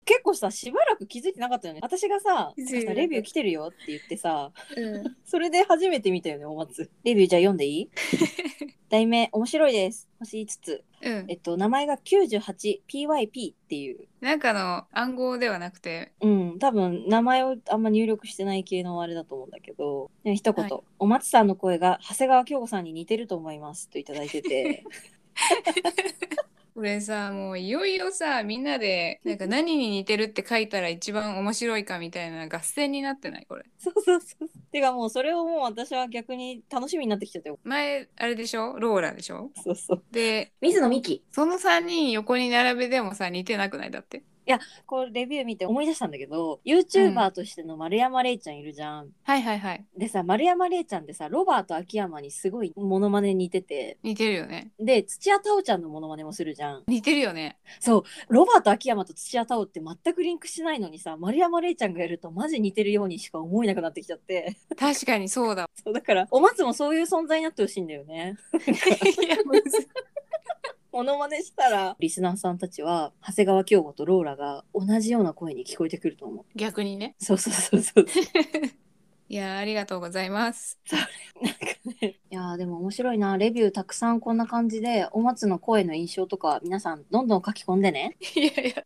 結構さしばらく気づいてなかったよね。私がさ気づいてなかったレビュー来てるよって言ってさ、 うん、 それで初めて見たよねお松。レビューじゃあ読んでいい？題名面白いです。星5つ。 うん。 名前が 98PYP っていう。 なんかの暗号ではなくて、 うん、多分名前をあんま入力してない系のあれだと思うんだけど、ね、一言、 はい。 お松さんの声が長谷川京子さんに似てると思いますといただいてて。 これさ、もういよいよさ、みんなで、なんか何に似てるって書いたら一番面白いかみたいな合戦になってないこれ。 そうそうそう。てかもうそれをもう私は逆に楽しみになってきちゃったよ。 前、あれでしょローラでしょそうそう。 で、 水野美紀。 その3人横に並べでもさ、似てなくないだって。 いや、こうレビュー見て思い出したんだけど、 うん。 YouTuber としての丸山礼ちゃんいるじゃん。 はいはいはい。 でさ、丸山礼ちゃんってさ、ロバート秋山にすごいモノマネ似てて、 似てるよね。 で、土屋太鳳ちゃんのモノマネもするじゃん。 似てるよね。 そう、ロバート秋山と土屋太鳳って全くリンクしないのにさ、丸山礼ちゃんがやるとマジ似てるようにしか思えなくなってきちゃって。 確かにそうだ。 そうだから、お松もそういう存在になってほしいんだよね。 いや、むずい。 モノマネしたら、リスナーさんたちは、長谷川京子とローラが同じような声に聞こえてくると思う。 逆にね。 そうそうそうそうそう。 いや、ありがとうございます。 なんかね、いやーでも面白いな。レビューたくさんこんな感じで、お松の声の印象とか、皆さんどんどん書き込んでね。 いやいや。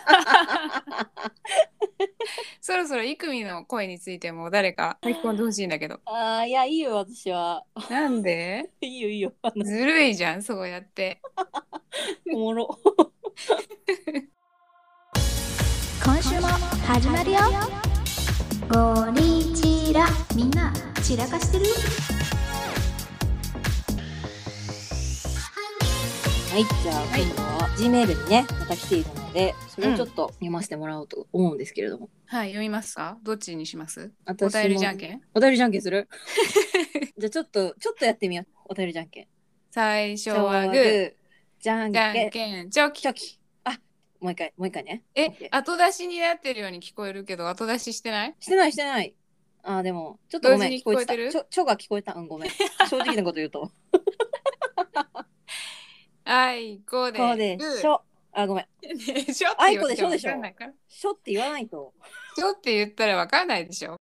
そろそろイクミの声についても誰か書き込んでほしいんだけど。 ああ、いや、いいよ、私は。 なんで？ いいよ、いいよ。 ずるいじゃん、そうやって。 おもろ。 今週も始まるよ。ゴリチラ、みんな散らかしてる？ はい、じゃあ今度は G メールにね、また来ているので、それをちょっと読ませてもらおうと思うんですけれども。 はい、読みますか？どっちにします？お私も便りじゃんけん。 お便りじゃんけんする？じゃあちょっとやってみよう。お便りじゃんけん。 最初昭はグー、 和グー、じゃんじゃんけん、 けん、チョキ。 チョキ。あ、もう一回ね。オッケー。 後出しになってるように聞こえるけど、後出ししてない？ してないしてない。あー、でも、ちょっとごめん、 同時に聞こえてた。 聞こえてる？ ちょが聞こえた。うん、ごめん。正直なこと言うと。 あいここうでグー。 でしょ。あ、ごめん。 ね、しょってあい言われてもわこでしょでしょ。 かんないから。 しょって言わないと。 しょって言ったらわかんないでしょ。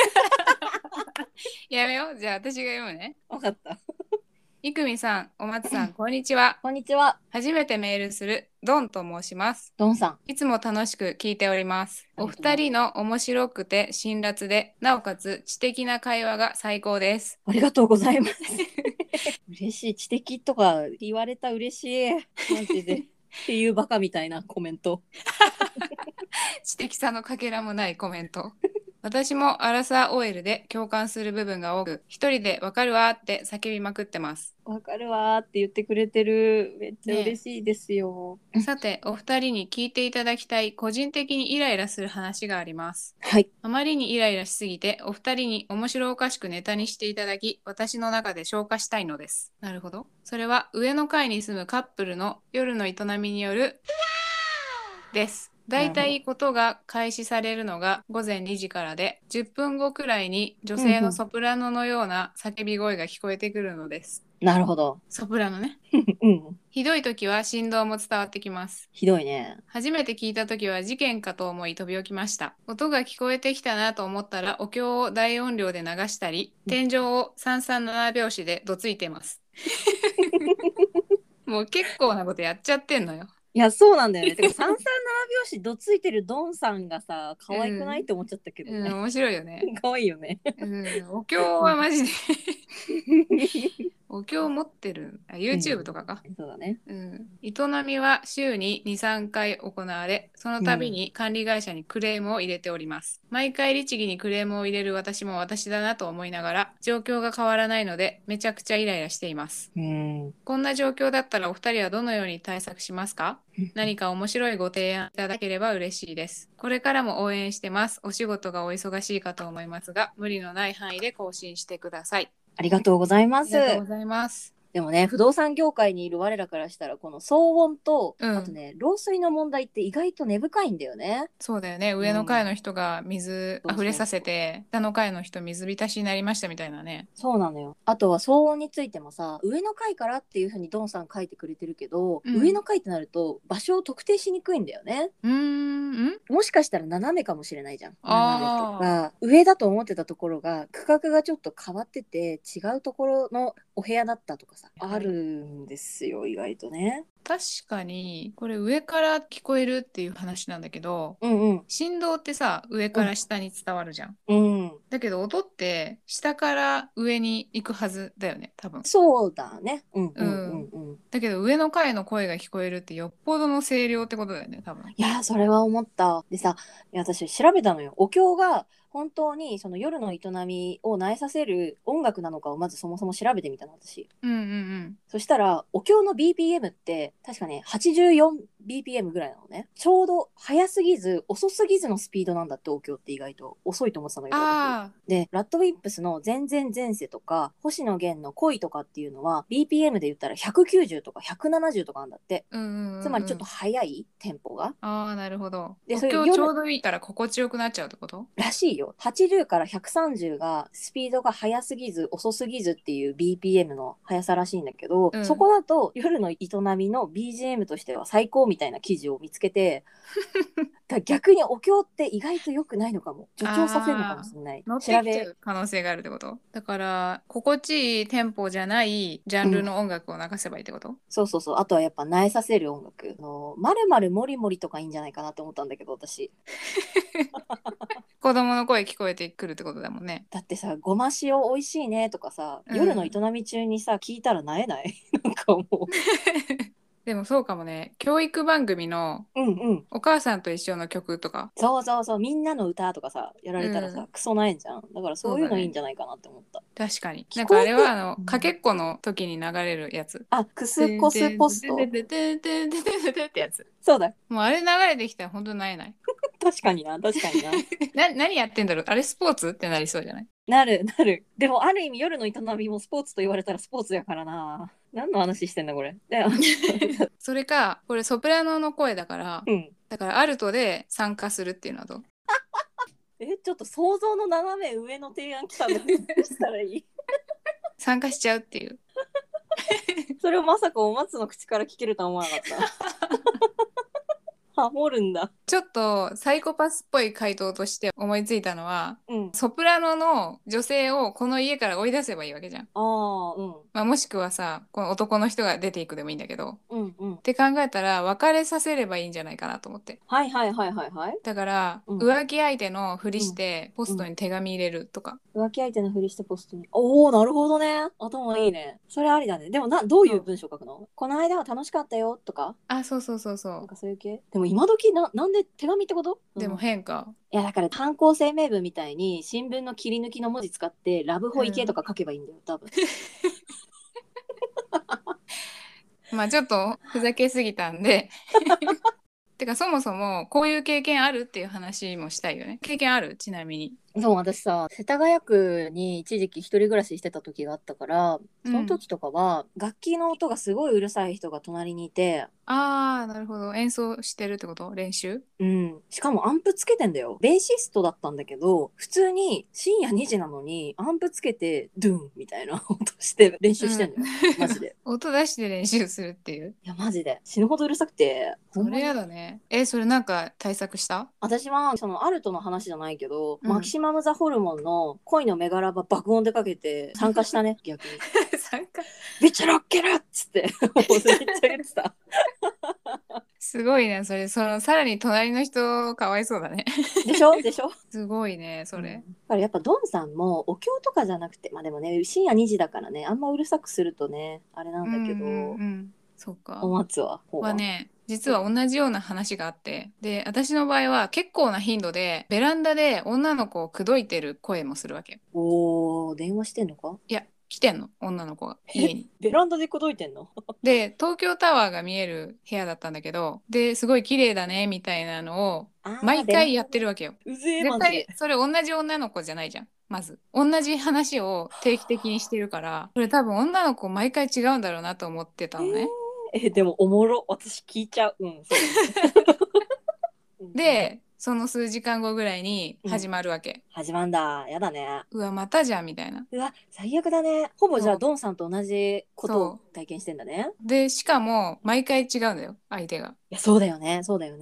やめよう。じゃあ私が読むね。 わかった。 いくみさん、お松さん、こんにちは。 こんにちは。 初めてメールするドンと申します。 ドンさん。 いつも楽しく聞いております。おありがとうございます。 二人の面白くて辛辣で、なおかつ知的な会話が最高です。 ありがとうございます。嬉しい。知的とか言われた嬉しい。マジで。っていうバカみたいなコメント。 知的さのかけらもないコメント。私もアラサー OL で共感する部分が多く、一人でわかるわって叫びまくってます。 わかるわーって言ってくれてる。めっちゃね嬉しいですよ。 え。さて、お二人に聞いていただきたい個人的にイライラする話があります。 はい。 あまりにイライラしすぎて、お二人に面白おかしくネタにしていただき、私の中で消化したいのです。なるほど。それは上の階に住むカップルの夜の営みによるです。だいたいことが開始されるのが午前2時からで、10分後くらいに女性のソプラノのような叫び声が聞こえてくるのです。 なるほど。 ソプラノね。 うん。 ひどい時は振動も伝わってきます。 ひどいね。 初めて聞いた時は事件かと思い飛び起きました。音が聞こえてきたなと思ったらお経を大音量で流したり、天井を337拍子でどついてます。もう結構なことやっちゃってんのよ。 いや、そうなんだよね。てか、337拍子どついてるドンさんがさ、可愛くないって思っちゃったけどね。 面白いよね。 可愛いよね。 お経はマジでお経持ってる。YouTube とかか。 そうだね。 営みは週に2、3回行われ、その度に管理会社にクレームを入れております。毎回律儀にクレームを入れる私も私だなと思いながら、状況が変わらないので、めちゃくちゃイライラしています。こんな状況だったらお二人はどのように対策しますか？何か面白いご提案いただければ嬉しいです。これからも応援してます。お仕事がお忙しいかと思いますが、無理のない範囲で更新してください。 ありがとうございます。 ありがとうございます。 でもね、不動産業界にいる我らからしたら、この騒音と、あとね、漏水の問題って意外と根深いんだよね。 そうだよね。上の階の人が水溢れさせて、下の階の人水浸しになりましたみたいなね。 そうなのよ。あとは騒音についてもさ、上の階からっていうふうにドンさん書いてくれてるけど、上の階ってなると場所を特定しにくいんだよね。 もしかしたら斜めかもしれないじゃん。斜めとあか上だと思ってたところが区画がちょっと変わってて違うところのお部屋だったとかさ、 はいあるんですよ意外とね。 確かにこれ上から聞こえるっていう話なんだけど、 うんうん振動ってさ上から下に伝わるじゃん。 うんだけど音って下から上に行くはずだよね多分。 そうだね。うんうんうんうん。 だけど上の階の声が聞こえるってよっぽどの声量ってことだよね多分。 いやそれは思った。でさ、いや私調べたのよ。お経が本当にその夜の営みを萎えさせる音楽なのかをまずそもそも調べてみたの私。 うんうんうんそしたらお経の BPM って確かね 84bpm ぐらいなのね。ちょうど早すぎず遅すぎずのスピードなんだって。お経って意外と遅いと思ってたのよ私。 あでラッドウィンプスの前前前世とか星野源の恋とかっていうのは BPM で言ったら190とか170とかあるんだって。 うんうんうん、 つまりちょっと速いテンポがなるほど。 でお経それ夜ちょうどいいから心地よくなっちゃうってこと？ らしいよ。80から130がスピードが速すぎず遅すぎずっていう BPM の速さらしいんだけど、 うんそこだと夜の営みの BGM としては最高みたいな記事を見つけてだから逆にお経って意外と良くないのかも。助長させるのかもしれない。 乗ってきちゃう可能性があるってこと？だから心地いいテンポじゃないジャンルの音楽を流せばいいってこと？ そうそうそう。あとはやっぱ萎えさせる音楽のまるまるもりもりとかいいんじゃないかなと思ったんだけど私。 子供の声聞こえてくるってことだもんね。 だってさ、ごま塩美味しいねとかさ、 うん夜の営み中にさ聞いたら萎えないなんかもうでもそうかもね。教育番組のうんうんお母さんと一緒の曲とか。 そうそうそう、みんなの歌とかさやられたらさ、 うんクソ萎えんじゃん。だからそういうのそうだねいいんじゃないかなって思った。 確かに。 聞こえてなんかあれはうんかけっこの時に流れるやつ。 あ、クスコスポスト。 ってやつ。 そうだ、 もうあれ流れてきたら本当になえない。 確かにな確かにな何やってんだろうあれスポーツってなりそうじゃない？ なるなる。でもある意味夜の営みもスポーツと言われたらスポーツやからな。何の話してんだこれ。でそれか、これソプラノの声だから、 うん。 だからアルトで参加するっていうのはどう？ ちょっと想像の斜め上の提案来たんだけどどうしたらいい参加しちゃうっていう。 それをまさかお松の口から聞けるとは思わなかったハモるんだ。 ちょっとサイコパスっぽい回答として思いついたのは、 うん。 ソプラノの女性をこの家から追い出せばいいわけじゃん。 ああ、うん。 まあ、もしくはさ、この男の人が出ていくでもいいんだけど。 うんうん。 って考えたら別れさせればいいんじゃないかなと思って。 はいはいはいはいはい。 だから、 うん浮気相手のふりしてポストに手紙入れるとか。 浮気相手のふりしてポストに。おお、なるほどね。頭いいね。それありだね。でもどういう文章書くの？この間は楽しかったよとかあ、そうそうそうそなんかそういう系。でも今時なんで手紙ってこと？ う。でも変か。 いやだから犯行声明文みたいに新聞の切り抜きの文字使ってラブホイケとか書けばいいんだよ多分。 まあちょっとふざけすぎたんで。てかそもそもこういう経験あるっていう話もしたいよね。経験ある？ちなみに。 そう私さ世田谷区に一時期一人暮らししてた時があったからその時とかは、楽器の音がすごいうるさい人が隣にいて、 ああ、なるほど。演奏してるってこと？練習？ うん、しかもアンプつけてんだよ。ベーシストだったんだけど普通に深夜2時なのにアンプつけてドゥンみたいな音して練習してんのよ、マジで。 音出して練習するっていう。 いやマジで死ぬほどうるさくてそれやだね。それなんか対策した？ 私はそのアルトの話じゃないけど、 うんマキシマム・ザ・ホルモンの恋のメガラバ爆音でかけて参加したね逆に。 参加。 めっちゃロッケルっつってもうめっちゃ言ってた。 すごいね。それ、さらに隣の人かわいそうだね。 でしょでしょすごいね、それ。 だからやっぱドンさんもお経とかじゃなくてまあでもね深夜2時だからねあんまうるさくするとねあれなんだけど、 そうか。 お松はね、実は同じような話があって、で、私の場合は結構な頻度でベランダで女の子を口説いてる声もするわけよ。 おー電話してんのか？ いや、来てんの、女の子が家に。 ベランダで口説いてんの？ で、東京タワーが見える部屋だったんだけど、で、すごい綺麗だねみたいなのを毎回やってるわけよ。 うぜえ絶マジで対それ同じ女の子じゃないじゃん。まず同じ話を定期的にしてるからこれ多分女の子毎回違うんだろうなと思ってたのね。 でもおもろ私聞いちゃう。うんそうでその数時間後ぐらいに始まるわけ、 始まんだ。やだね。 うわまたじゃんみたいな。 うわ最悪だね。ほぼじゃそうあドンさんと同じことを体験してんだね。 でしかも毎回違うんだよ相手が。 いやそうだよねそうだよね。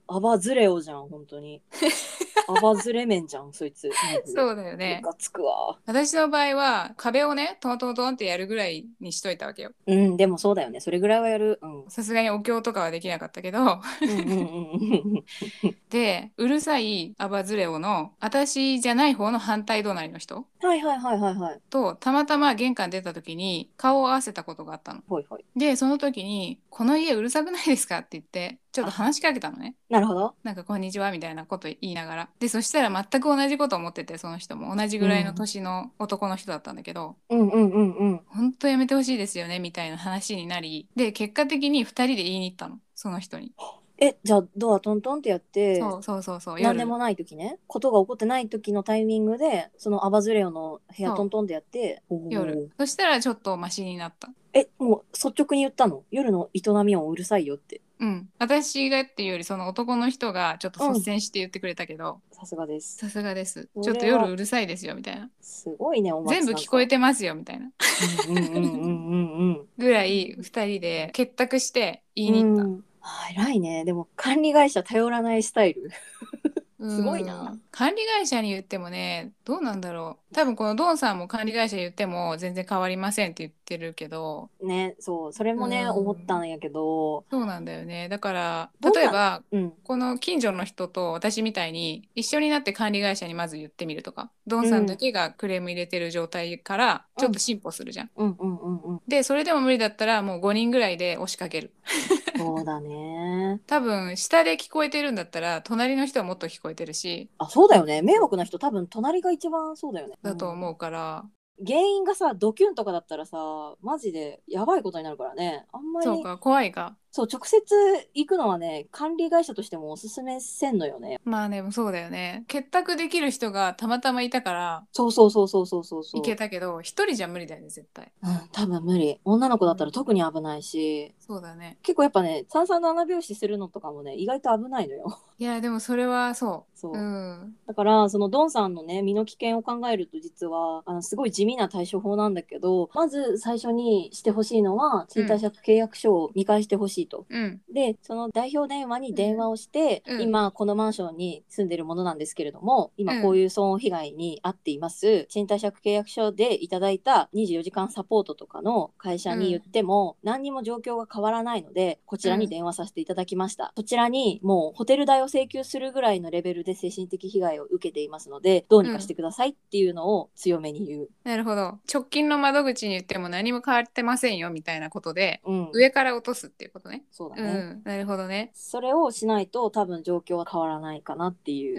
アバズレオじゃん本当に。アバズレメンじゃんそいつ。 そうだよね。 ムカつくわ。 私の場合は壁をねトントントンってやるぐらいにしといたわけよ。 うんでもそうだよねそれぐらいはやる。 さすがにお経とかはできなかったけどうんうんうんうんでうるさいアバズレオの私じゃない方の反対隣の人はいはいはいはいはい。 とたまたま玄関出た時に顔を合わせたことがあったの。 ほいほい。 でその時に「この家うるさくないですか?」って言ってちょっと話しかけたのね。 なるほど。 なんか「こんにちは」みたいなこと言いながら。でそしたら全く同じこと思ってて、その人も同じぐらいの年の男の人だったんだけど、 うんうんうんうん。 本当やめてほしいですよねみたいな話になり、で結果的に2人で言いに行ったの、その人に。 じゃあドアトントンってやってそうそうそうそう、夜何でもない時ねことが起こってない時のタイミングでそのアバズレオの部屋そうトントンってやって夜。そしたらちょっとマシになった。 もう率直に言ったの夜の営み音うるさいよって。 うん、私がっていうよりその男の人がちょっと率先して言ってくれたけど、 さすがです。 さすがです、 それはちょっと夜うるさいですよみたいな、 すごいねお全部聞こえてますよみたいなうんうんうんうんうんぐらい2人で結託して言いに行った。 偉いね。でも管理会社頼らないスタイルすごいな。 管理会社に言ってもね、どうなんだろう。多分このドンさんも管理会社言っても全然変わりませんって言ってるけど。 ね、そうそれもね思ったんやけど。 そうなんだよね。だからどんな例えば、 うんこの近所の人と私みたいに一緒になって管理会社にまず言ってみるとか、ドンさんだけがクレーム入れてる状態からちょっと進歩するじゃん。 うんうんうんうん。 でそれでも無理だったらもう5人ぐらいで押しかける。 そうだね。 多分下で聞こえてるんだったら隣の人はもっと聞こえてるし、 あ、そうだよね。迷惑な人多分隣が一番そうだよね。 だと思うから。 原因がさドキュンとかだったらさマジでやばいことになるからね。あんまりそうか、怖いか。 そう直接行くのはね管理会社としてもおすすめせんのよね。 まあでもそうだよね。結託できる人がたまたまいたからそうそうそうそうそうそういけたけど、一人じゃ無理だよね絶対。 多分無理。女の子だったら特に危ないし、 そうだね。 結構やっぱね三々の穴拍子するのとかもね意外と危ないのよ。 いやでもそれはそうそう、 ん、 だからそのドンさんのね身の危険を考えると実はすごい地味な対処法なんだけど、まず最初にしてほしいのは賃貸借契約書を見返してほしいと。でその代表電話に電話をして、今このマンションに住んでるものなんですけれども今こういう騒音被害に遭っています、賃貸借契約書でいただいた24時間サポートとかの会社に言っても、何にも状況が変わらないのでこちらに電話させていただきました、そちらにもうホテル代を請求するぐらいのレベルで精神的被害を受けていますのでどうにかしてくださいっていうのを強めに言う。 なるほど。直近の窓口に言っても何も変わってませんよみたいなことで、 うん上から落とすっていうことね。 そうだね、 なるほどね。 それをしないと多分状況は変わらないかなっていう。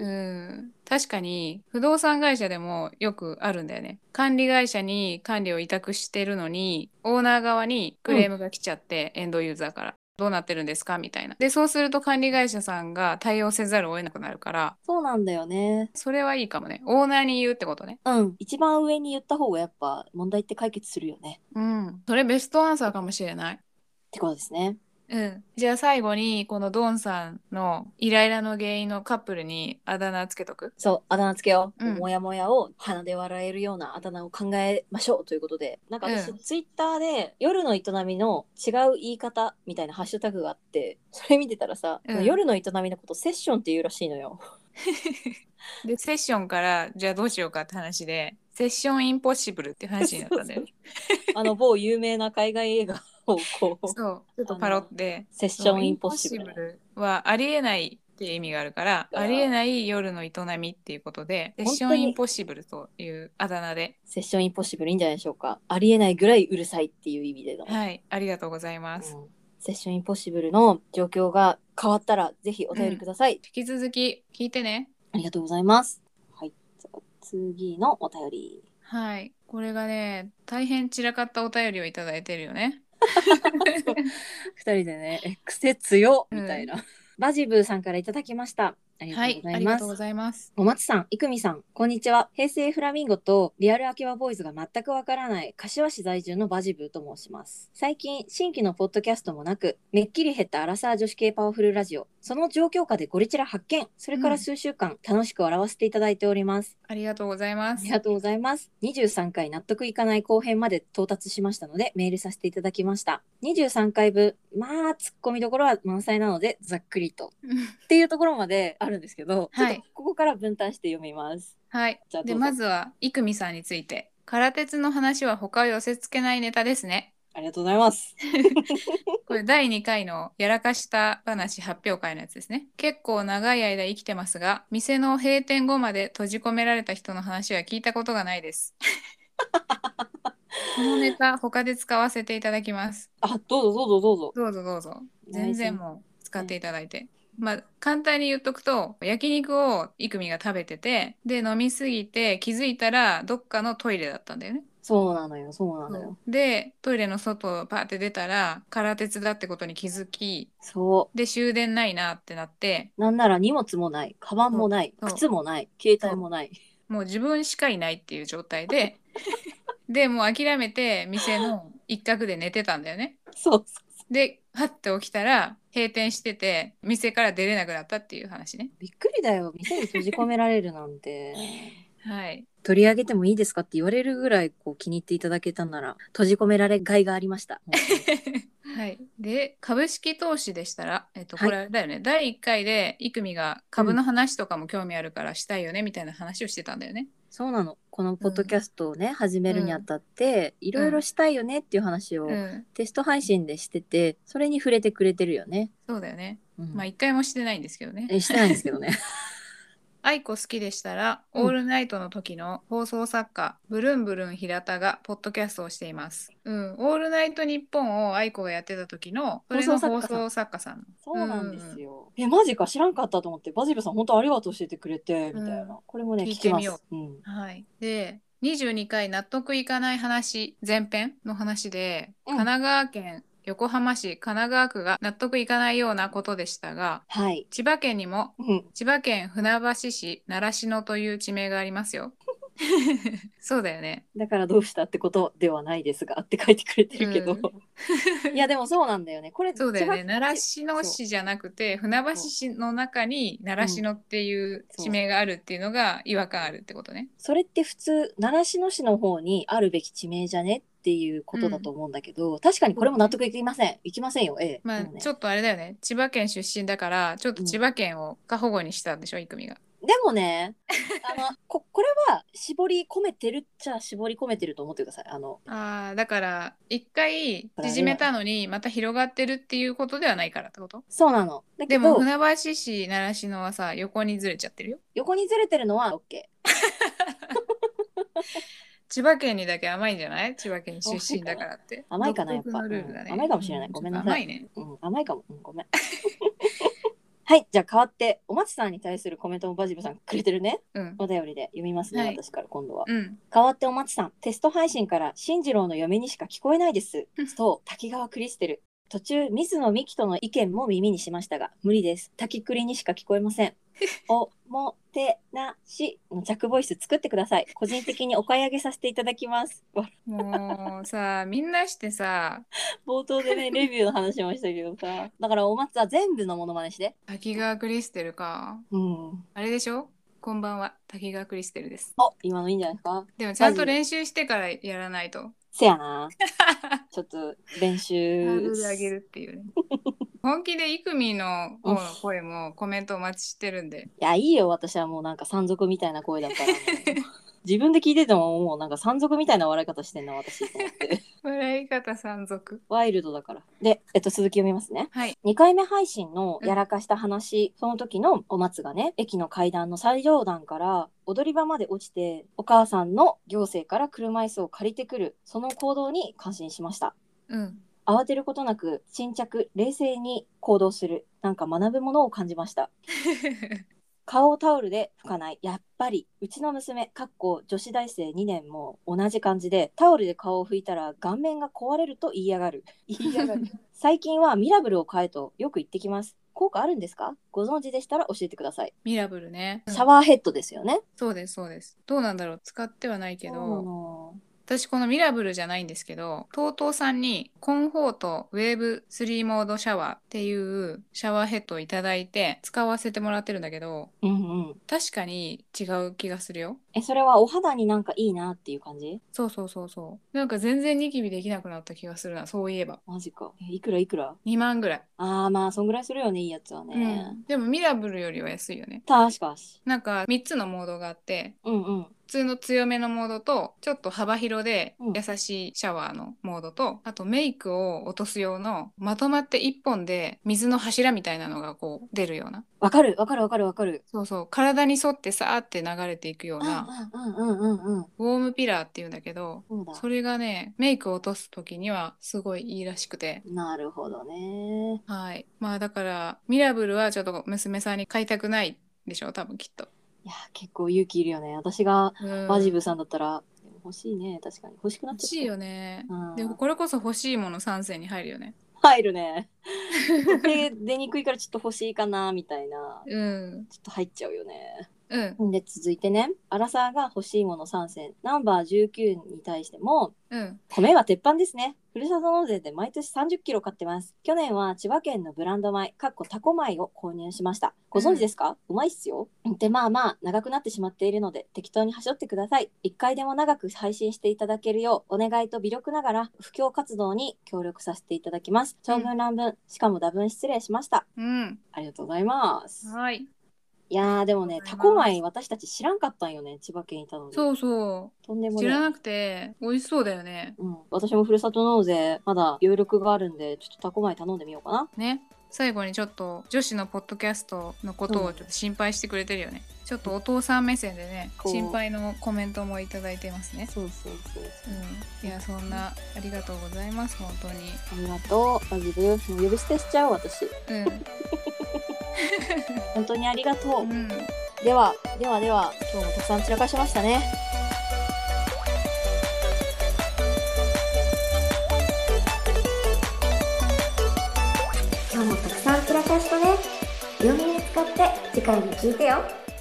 確かに不動産会社でもよくあるんだよね。管理会社に管理を委託してるのにオーナー側にクレームが来ちゃって、エンドユーザーからどうなってるんですかみたいな。でそうすると管理会社さんが対応せざるを得なくなるから。 そうなんだよね。 それはいいかもね。オーナーに言うってことね。 一番上に言った方がやっぱ問題って解決するよね。 それベストアンサーかもしれない。 ってことですね。 じゃあ最後にこのドンさんのイライラの原因のカップルにあだ名つけとく。 そうあだ名つけよう、もやもやを鼻で笑えるようなあだ名を考えましょうということで、なんか私、ツイッターで夜の営みの違う言い方みたいなハッシュタグがあってそれ見てたらさ、夜の営みのことセッションって言うらしいのよでセッションからじゃあどうしようかって話でセッションインポッシブルって話になったんだよね某有名な海外映画をこうそうちょっとパロってセッションインポッシブルはありえないっていう意味があるからありえない夜の営みっていうことでセッションインポッシブルというあだ名でセッションインポッシブルいいんじゃないでしょうか。ありえないぐらいうるさいっていう意味での。 はいありがとうございます、 セッションインポッシブルの状況が変わったらぜひお便りください、 引き続き聞いてね。 ありがとうございます。はい、次のお便り。 はい、これがね大変散らかったお便りをいただいてるよね 2人でね癖強みたいな、バジブーさんからいただきました。ありがとうございます。お松さん、いくみさん、こんにちは。平成フラミンゴとリアルアキバボーイズが全くわからない柏市在住のバジブーと申します。最近新規のポッドキャストもなくめっきり減ったアラサー女子系パワフルラジオその状況下でゴリチラ発見、それから数週間楽しく笑わせていただいております。 ありがとうございます。 ありがとうございます。23回納得いかない後編まで到達しましたのでメールさせていただきました。23回分、まあツッコミどころは満載なのでざっくりとっていうところまであるんですけど、ちょっとここから分担して読みます。 はい。でまずはイクミさんについて。空鉄の話は他を寄せ付けないネタですね。 ありがとうございます。 これ第2回のやらかした話発表会のやつですね。結構長い間生きてますが、店の閉店後まで閉じ込められた人の話は聞いたことがないです。このネタ他で使わせていただきます。 あ、どうぞどうぞどうぞ。 どうぞどうぞ。全然もう使っていただいて。まあ簡単に言っとくと、焼肉をイクミが食べてて、で飲みすぎて気づいたらどっかのトイレだったんだよね。 そうなのよ、そうなのよ。 でトイレの外をパーって出たら空鉄だってことに気づき、 そうで終電ないなってなって、 なんなら荷物もない、カバンもない、靴もない、携帯もない、 もう自分しかいないっていう状態ででもう諦めて店の一角で寝てたんだよね。 そうではって起きたら閉店してて店から出れなくなったっていう話ね。 びっくりだよ、店に閉じ込められるなんて。 はい。 取り上げてもいいですかって言われるぐらいこう気に入っていただけたなら閉じ込められがいがありました。 はい。で株式投資でしたら、これだよね、第1回でイクミが株の話とかも興味あるからしたいよねみたいな話をしてたんだよね。 そうなの。このポッドキャストをね、始めるにあたっていろいろしたいよねっていう話をテスト配信でしてて、それに触れてくれてるよね。 そうだよね。まあ1回もしてないんですけどね。 してないんですけどね。 アイコ好きでしたら、オールナイトの時の放送作家ブルンブルン平田がポッドキャストをしています。オールナイトニッポンをアイコがやってた時のそれの放送作家さん。 そうなんですよ。マジか知らんかったと思って、バジルさん本当ありがとう教えてくれてみたいな。これもね聞いてみよう。はい。で22回納得いかない話前編の話で、神奈川県横浜市神奈川区が納得いかないようなことでしたが、千葉県にも、千葉県船橋市習志野という地名がありますよ。そうだよね。 だからどうしたってことではないですがって書いてくれてるけど、いやでもそうなんだよね。これそうだよね。習志野市じゃなくて船橋市の中に習志野っていう地名があるっていうのが違和感あるってことね。 それって普通習志野市の方にあるべき地名じゃねっていうことだと思うんだけど、確かにこれも納得いきません。いきませんよ。 まあちょっとあれだよね。千葉県出身だからちょっと千葉県を過保護にしたんでしょ、イクミが。 でもね、これは絞り込めてるっちゃ絞り込めてると思ってください。 だから一回縮めたのにまた広がってるっていうことではないからってこと？ そうなの。 でも船橋市習志野はさ、横にずれちゃってるよ。 横にずれてるのは OK。 千葉県にだけ甘いんじゃない？千葉県出身だからって。 甘いかなやっぱ。甘いかもしれない。ごめんなさい。 甘いね。 甘いかも。ごめん。はい、じゃあ変わってお松さんに対するコメントもバジルさんくれてるね。お便りで読みますね、私から今度は。変わってお松さん、テスト配信から進次郎の嫁にしか聞こえないです。そう、滝川クリステル。途中水野美紀との意見も耳にしましたが無理です。滝クリにしか聞こえません。おもてなしの着ボイス作ってください。個人的にお買い上げさせていただきます。 もうさ、みんなしてさ、 冒頭でねレビューの話もしたけどさ、だからお松は全部のモノマネして。 滝川クリステルか。あれでしょ？こんばんは、滝川クリステルです。 今のいいんじゃないですか。 でもちゃんと練習してからやらないと。 せやな。ちょっと練習ハードル上げるっていうね。本気でイクミの方の声もコメントお待ちしてるんで。 いやいいよ、私はもうなんか山賊みたいな声だから、自分で聞いててももうなんか山賊みたいな笑い方してんな私と思って笑い方山賊ワイルドだから。で、続き読みますね。 はい。 2回目配信のやらかした話、その時のお松がね、駅の階段の最上段から踊り場まで落ちてお母さんの行政から車椅子を借りてくるその行動に感心しました。慌てることなく沈着冷静に行動する、なんか学ぶものを感じました。顔をタオルで拭かない。やっぱりうちの娘女子大生2年も同じ感じで、タオルで顔を拭いたら顔面が壊れると言いやがる。最近はミラブルを買えとよく言ってきます。効果あるんですか？ご存知でしたら教えてください。 ミラブルね。 シャワーヘッドですよね。 そうですそうです。どうなんだろう、使ってはないけど。 私このミラブルじゃないんですけど、TOTOさんにコンフォートウェーブ3モードシャワーっていうシャワーヘッドをいただいて使わせてもらってるんだけど、確かに違う気がするよ。 それはお肌になんかいいなっていう感じ？ そう。なんか全然ニキビできなくなった気がするな、そういえば。 マジか。いくら ?2 万ぐらい。 まあそんぐらいするよね、いいやつはね。 でもミラブルよりは安いよね。 確かし。 なんか3つのモードがあって、普通の強めのモードとちょっと幅広で優しいシャワーのモードと、あとメイクを落とす用のまとまって1本で水の柱みたいなのがこう出るような。 わかる。 そう体に沿ってさーって流れていくようなウォームピラーっていうんだけど、それがねメイクを落とす時にはすごいいいらしくて。 なるほどね。 はい。まあだからミラブルはちょっと娘さんに買いたくないでしょ多分きっと。 いや結構勇気いるよね。私がバジブさんだったら、欲しいね。確かに欲しくなっちゃった。 欲しいよね。でもこれこそ欲しいもの3選に入るよね。 入るね。出にくいからちょっと欲しいかなみたいな、ちょっと入っちゃうよね。で続いてね、アラサーが欲しいもの3選、ナンバー19に対しても、米は鉄板ですね。ふるさと納税で毎年30キロ買ってます。去年は千葉県のブランド米タコ米を購入しました。ご存知ですか？うまいっすよ。でまあ長くなってしまっているので適当に端折ってください。1回でも長く配信していただけるようお願いと微力ながら布教活動に協力させていただきます。長文乱文、しかも多文失礼しました。ありがとうございます。 はい。 いやでもね、タコ米私たち知らんかったんよね、千葉県いたのに。 とんでもない。知らなくて美味しそうだよね。 私もふるさと納税まだ余力があるんで、ちょっとタコ米頼んでみようかな。 ね。最後にちょっと女子のポッドキャストのことをちょっと心配してくれてるよね。ちょっとお父さん目線でね、心配のコメントもいただいてますね。いやそんなありがとうございます。本当にありがとう。マジでもう呼び捨てしちゃう私。本当にありがとう。では今日もたくさん散らかしましたね。今日もたくさん散らかしたね。両耳使って次回も聞いてよ。